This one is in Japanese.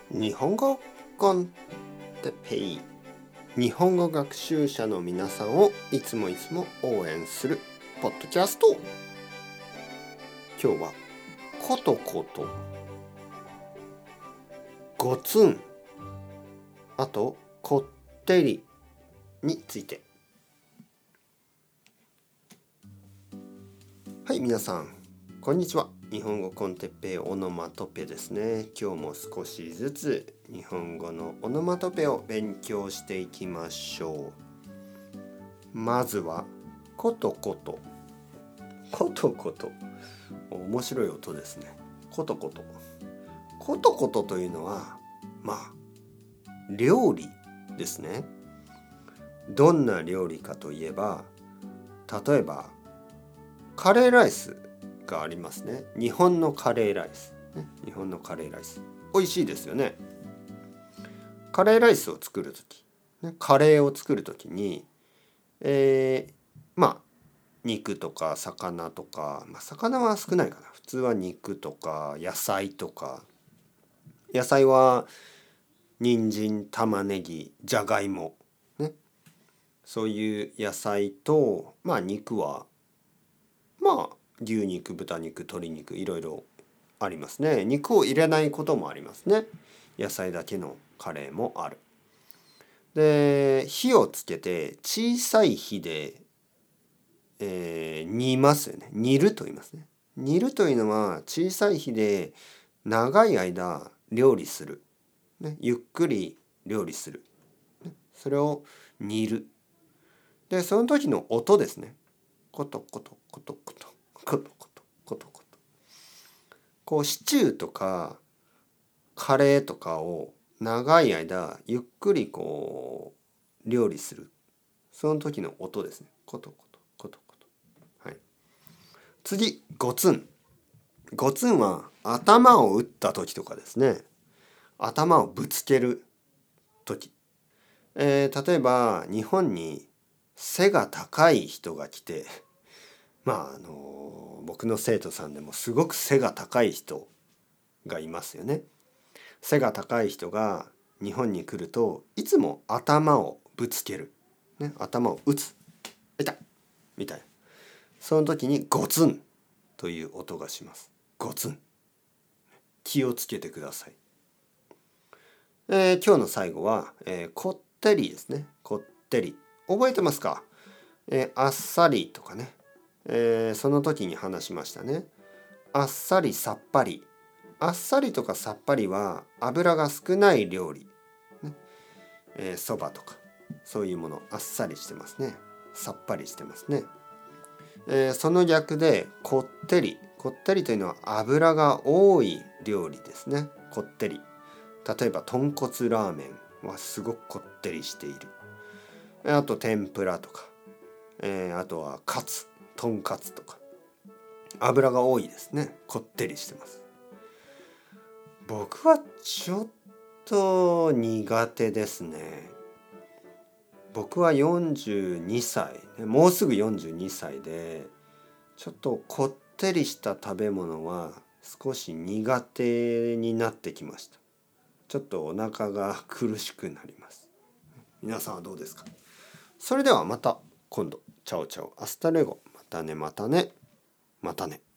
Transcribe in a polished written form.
日本語コンテペイ。日本語学習者の皆さんをいつも応援するポッドキャスト。今日はことことごつん、あとこってりについて。はい、皆さんこんにちは。日本語コンテッペイオノマトペですね。今日も少しずつ日本語のオノマトペを勉強していきましょう。まずはことことことこと面白い音ですね。ことことことことというのは料理ですね。どんな料理かといえば、例えばカレーライスがありますね。日本のカレーライス、日本のカレーライス美味しいですよね。カレーライスを作るとき、カレーを作るときに、肉とか魚とか、魚は少ないかな。普通は肉とか野菜とか、野菜は人参、玉ねぎ、じゃがいも、そういう野菜と、肉は牛肉、豚肉、鶏肉、いろいろありますね。肉を入れないこともありますね。野菜だけのカレーもある。で、火をつけて小さい火で、煮ますよね。煮ると言いますね。煮るというのは小さい火で長い間料理する。ゆっくり料理する。それを煮る。で、その時の音ですね。コトコトコトコトコトコトコトコト。こうシチューとかカレーとかを長い間ゆっくり料理する。その時の音ですね。コトコトコトコト。はい。次、ゴツン。ゴツンは頭を打った時とかですね。頭をぶつける時。例えば日本に背が高い人が来て、僕の生徒さんでもすごく背が高い人がいますよね。背が高い人が日本に来るといつも頭をぶつける、頭を打つ、痛いみたいな。その時にゴツンという音がします。ゴツン。気をつけてください。今日の最後は、こってりですね。こってり。覚えてますか？あっさりとかね。その時に話しましたね。あっさりさっぱり。あっさりとかさっぱりは油が少ない料理。そばとかそういうものあっさりしてますね。さっぱりしてますね。その逆でこってり。こってりというのは油が多い料理ですね。こってり。例えば豚骨ラーメンはすごくこってりしている。あと天ぷらとか、あとはカツ、とんかつとか油が多いですね。こってりしてます。僕はちょっと苦手ですね。僕は42歳、もうすぐ42歳で、ちょっとこってりした食べ物は少し苦手になってきました。ちょっとお腹が苦しくなります。皆さんはどうですか？それではまた今度。チャオチャオ。アスタレゴ。またねまたね。またね。